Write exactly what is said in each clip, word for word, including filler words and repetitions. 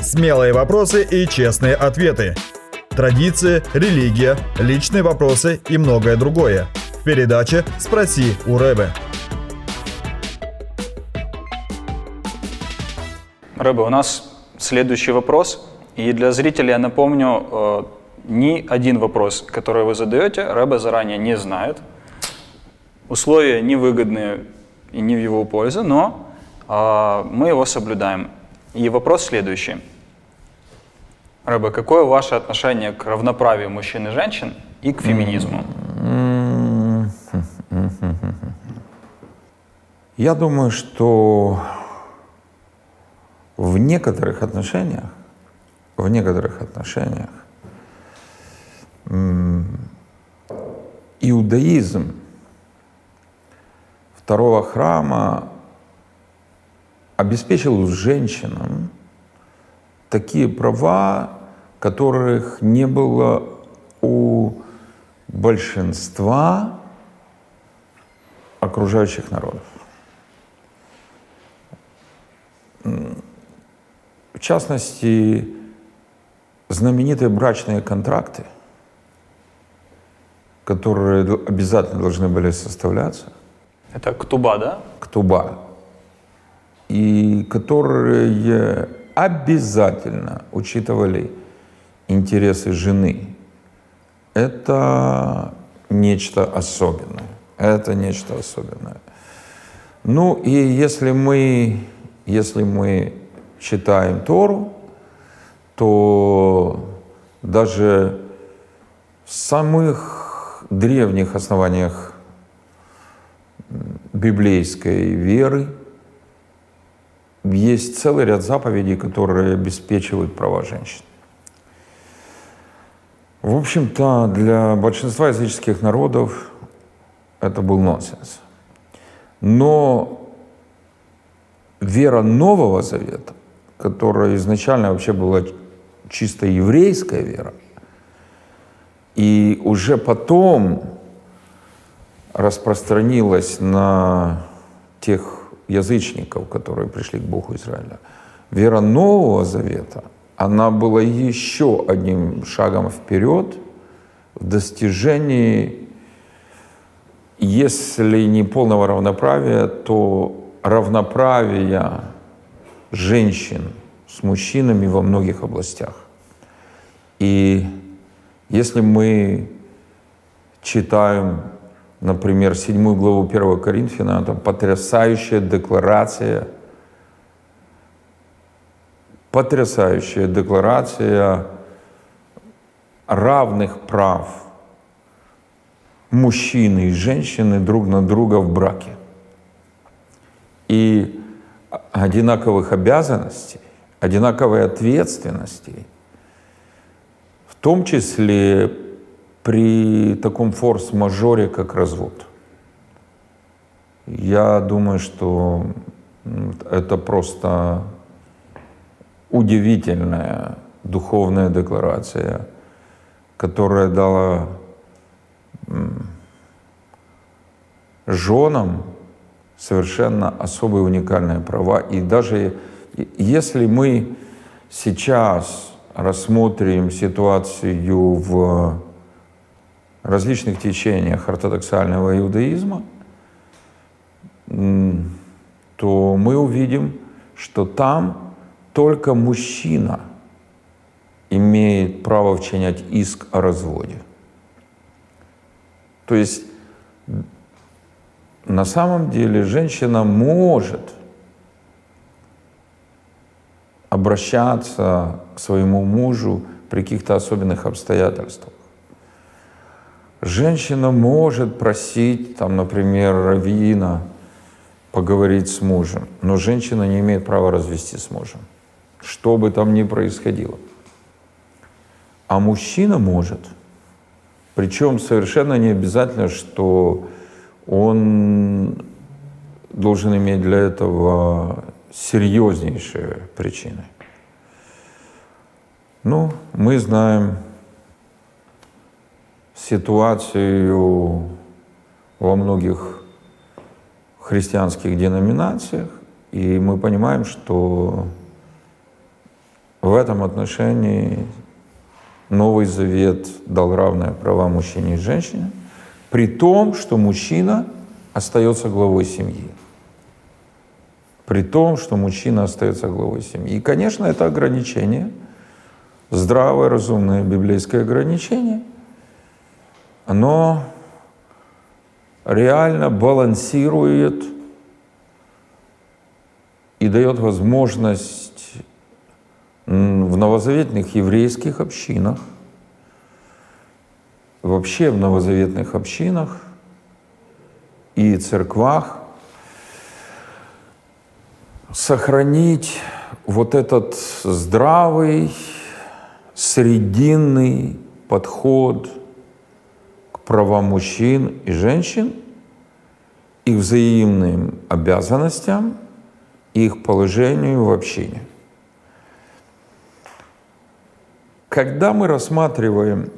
Смелые вопросы и честные ответы. Традиции, религия, личные вопросы и многое другое. В передаче «Спроси у Рэбе». Рэбе, у нас следующий вопрос. И для зрителей я напомню, ни один вопрос, который вы задаете, Рэбе заранее не знает. Условия невыгодные и не в его пользу, но мы его соблюдаем. И вопрос следующий. Рэбе, какое ваше отношение к равноправию мужчин и женщин и к феминизму? Я думаю, что в некоторых отношениях, в некоторых отношениях иудаизм второго храма обеспечил женщинам такие права, которых не было у большинства окружающих народов. В частности, знаменитые брачные контракты, которые обязательно должны были составляться. Это ктуба, да? Ктуба. И которые обязательно учитывали интересы жены. Это нечто особенное. Это нечто особенное. Ну и если мы, если мы читаем Тору, то даже в самых древних основаниях библейской веры есть целый ряд заповедей, которые обеспечивают права женщин. В общем-то, для большинства языческих народов это был нонсенс. Но вера Нового Завета, которая изначально вообще была чисто еврейская вера, и уже потом распространилась на тех язычников, которые пришли к Богу Израиля. Вера Нового Завета, она была еще одним шагом вперед в достижении, если не полного равноправия, то равноправия женщин с мужчинами во многих областях. И если мы читаем, например, седьмую главу первого Коринфянам, там потрясающая декларация, потрясающая декларация равных прав мужчины и женщины друг на друга в браке. И одинаковых обязанностей, одинаковой ответственности, в том числе при таком форс-мажоре, как развод. Я думаю, что это просто удивительная духовная декларация, которая дала женам совершенно особые уникальные права. И даже если мы сейчас рассмотрим ситуацию в различных течениях ортодоксального иудаизма, то мы увидим, что там только мужчина имеет право вчинять иск о разводе. То есть на самом деле женщина может обращаться к своему мужу при каких-то особенных обстоятельствах. Женщина может просить, там, например, раввина поговорить с мужем, но женщина не имеет права развестись с мужем, что бы там ни происходило. А мужчина может. Причем совершенно не обязательно, что он должен иметь для этого серьезнейшие причины. Ну, мы знаем ситуацию во многих христианских деноминациях, и мы понимаем, что в этом отношении Новый Завет дал равные права мужчине и женщине, при том, что мужчина остается главой семьи. При том, что мужчина остается главой семьи. И, конечно, это ограничение, здравое, разумное библейское ограничение, оно реально балансирует и дает возможность в новозаветных еврейских общинах, вообще в новозаветных общинах и церквах сохранить вот этот здравый, срединный подход к правам мужчин и женщин, их взаимным обязанностям, их положению в общине. Когда мы рассматриваем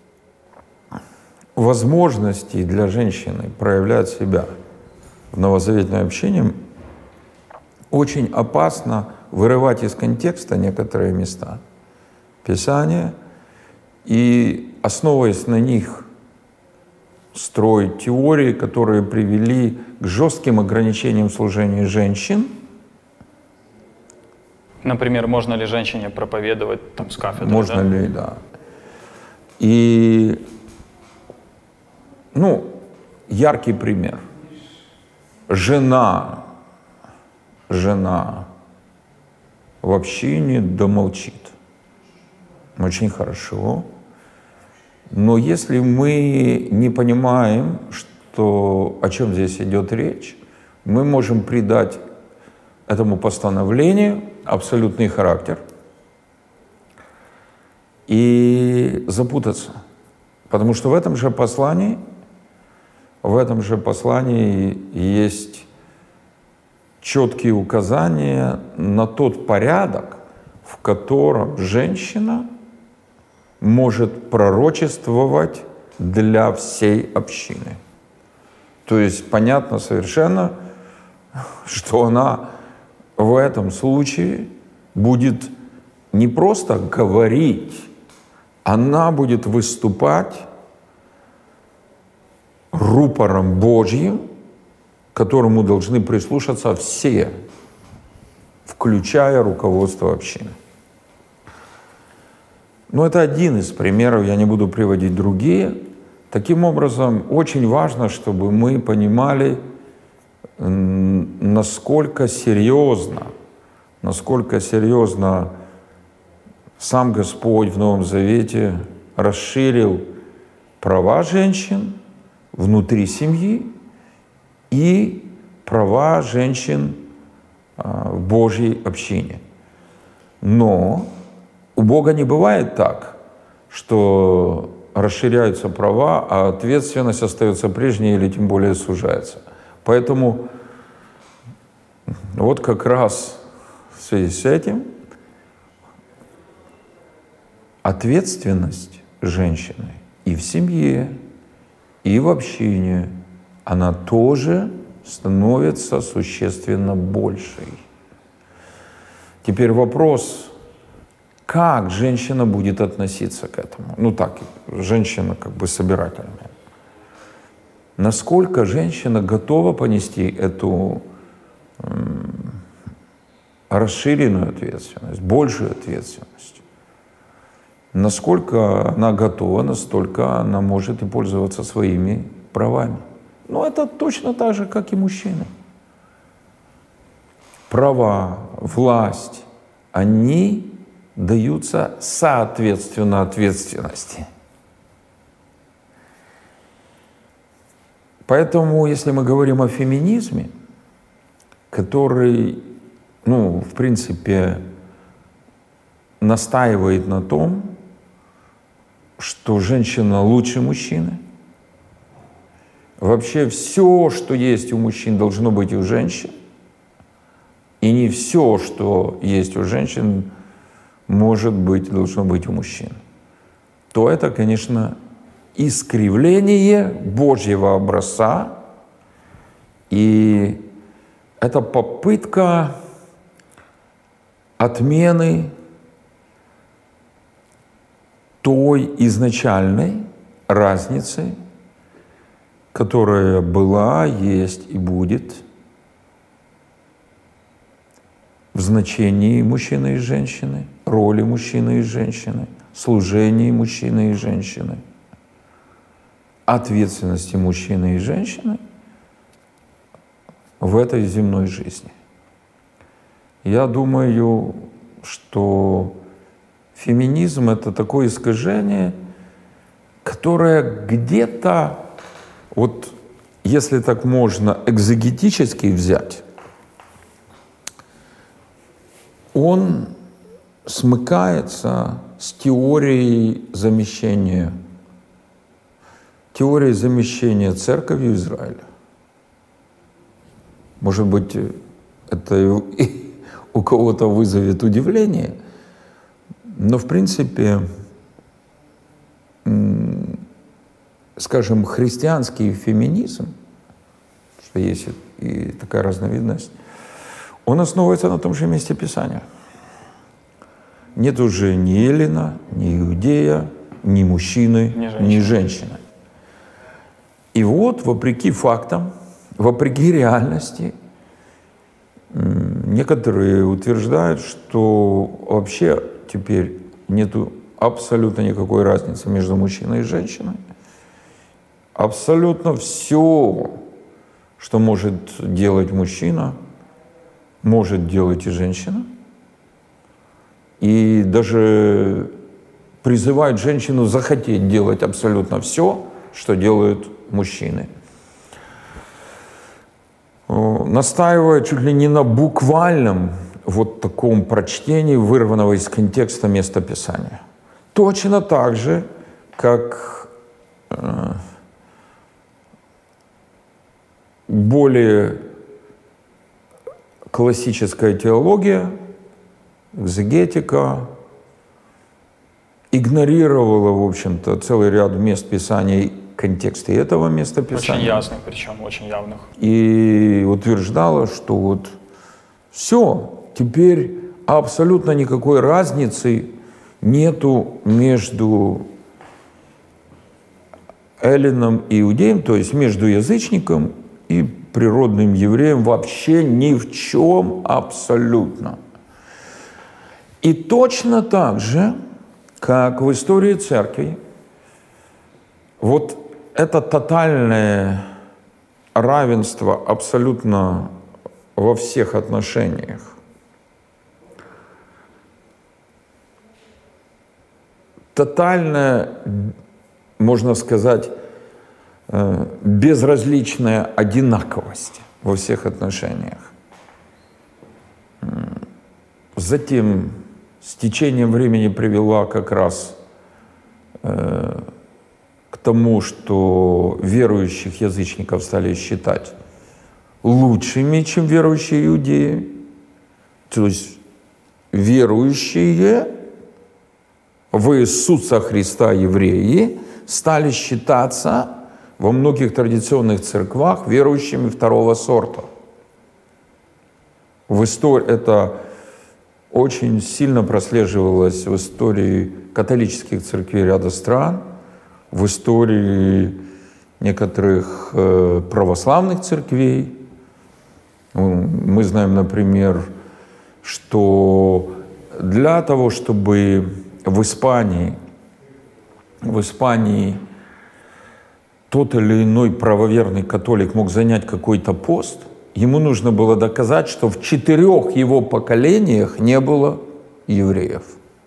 возможности для женщины проявлять себя в новозаветной общине, очень опасно вырывать из контекста некоторые места Писания и, основываясь на них, строить теории, которые привели к жестким ограничениям служения женщин. Например, можно ли женщине проповедовать там с кафедры? Можно да? ли, да. И, ну, яркий пример. Жена, жена в общине да молчит. Очень хорошо. Но если мы не понимаем, что, о чем здесь идет речь, мы можем придать этому постановлению абсолютный характер и запутаться. Потому что в этом же послании, в этом же послании есть четкие указания на тот порядок, в котором женщина может пророчествовать для всей общины. То есть понятно совершенно, что она в этом случае будет не просто говорить, она будет выступать рупором Божьим, которому должны прислушаться все, включая руководство общины. Но это один из примеров, я не буду приводить другие. Таким образом, очень важно, чтобы мы понимали, насколько серьезно, насколько серьезно сам Господь в Новом Завете расширил права женщин внутри семьи и права женщин в Божьей общине. Но у Бога не бывает так, что расширяются права, а ответственность остается прежней или тем более сужается. Поэтому вот как раз в связи с этим ответственность женщины и в семье, и в общине, она тоже становится существенно большей. Теперь вопрос, как женщина будет относиться к этому? Ну так, женщина как бы собирательная. Насколько женщина готова понести эту м, расширенную ответственность, большую ответственность? Насколько она готова, настолько она может и пользоваться своими правами. Но это точно так же, как и мужчины. Права, власть, они даются соответственно ответственности. Поэтому, если мы говорим о феминизме, который, ну, в принципе, настаивает на том, что женщина лучше мужчины, вообще все, что есть у мужчин, должно быть и у женщин, и не все, что есть у женщин, может быть, должно быть у мужчин, то это, конечно, искривление Божьего образца, и это попытка отмены той изначальной разницы, которая была, есть и будет в значении мужчины и женщины, роли мужчины и женщины, служении мужчины и женщины, ответственности мужчины и женщины в этой земной жизни. Я думаю, что феминизм — это такое искажение, которое где-то, вот если так можно экзегетически взять, он смыкается с теорией замещения, теорией замещения церковью Израиля. Может быть, это у кого-то вызовет удивление, но в принципе, скажем, христианский феминизм, что есть и такая разновидность, он основывается на том же месте Писания. Нет уже ни Эллина, ни Иудея, ни мужчины, ни женщины. ни женщины. И вот, вопреки фактам, вопреки реальности, некоторые утверждают, что вообще теперь нету абсолютно никакой разницы между мужчиной и женщиной. Абсолютно все, что может делать мужчина, может делать и женщина. И даже призывают женщину захотеть делать абсолютно все, что делают мужчины. Настаивая чуть ли не на буквальном вот таком прочтении, вырванного из контекста места Писания. Точно так же, как э, более классическая теология, экзегетика игнорировала, в общем-то, целый ряд мест Писания, контексте этого места Писания. Очень ясных, причем очень явных. И утверждала, что вот все, теперь абсолютно никакой разницы нету между эллином и иудеем, то есть между язычником и природным евреем вообще ни в чем абсолютно. И точно так же, как в истории церкви, вот это тотальное равенство абсолютно во всех отношениях, тотальная, можно сказать, безразличная одинаковость во всех отношениях. Затем с течением времени привела как раз э, к тому, что верующих язычников стали считать лучшими, чем верующие иудеи. То есть верующие в Иисуса Христа евреи стали считаться во многих традиционных церквах верующими второго сорта. В истории это очень сильно прослеживалось в истории католических церквей ряда стран, в истории некоторых э, православных церквей. Мы знаем, например, что для того, чтобы в Испании, в Испании тот или иной правоверный католик мог занять какой-то пост, ему нужно было доказать, что в четырех его поколениях не было евреев.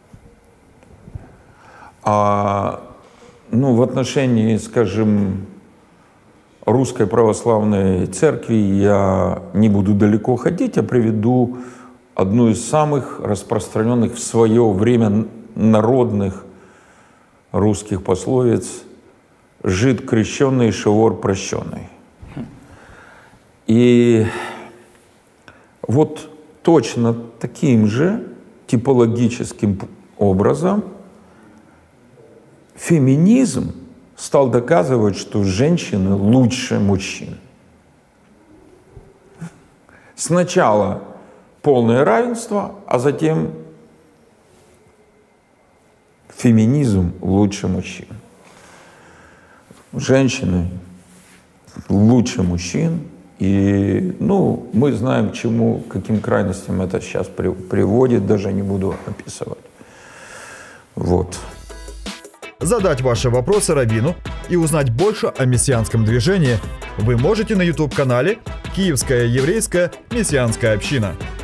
А ну, в отношении, скажем, Русской Православной Церкви я не буду далеко ходить, я приведу одну из самых распространенных в свое время народных русских пословиц: «Жид крещенный, шевор прощенный». И вот точно таким же типологическим образом феминизм стал доказывать, что женщины лучше мужчин. Сначала полное равенство, а затем феминизм лучше мужчин. Женщины лучше мужчин. И, ну, мы знаем, к чему, к каким крайностям это сейчас при, приводит, даже не буду описывать. Вот. Задать ваши вопросы раввину и узнать больше о мессианском движении вы можете на YouTube-канале «Киевская еврейская мессианская община».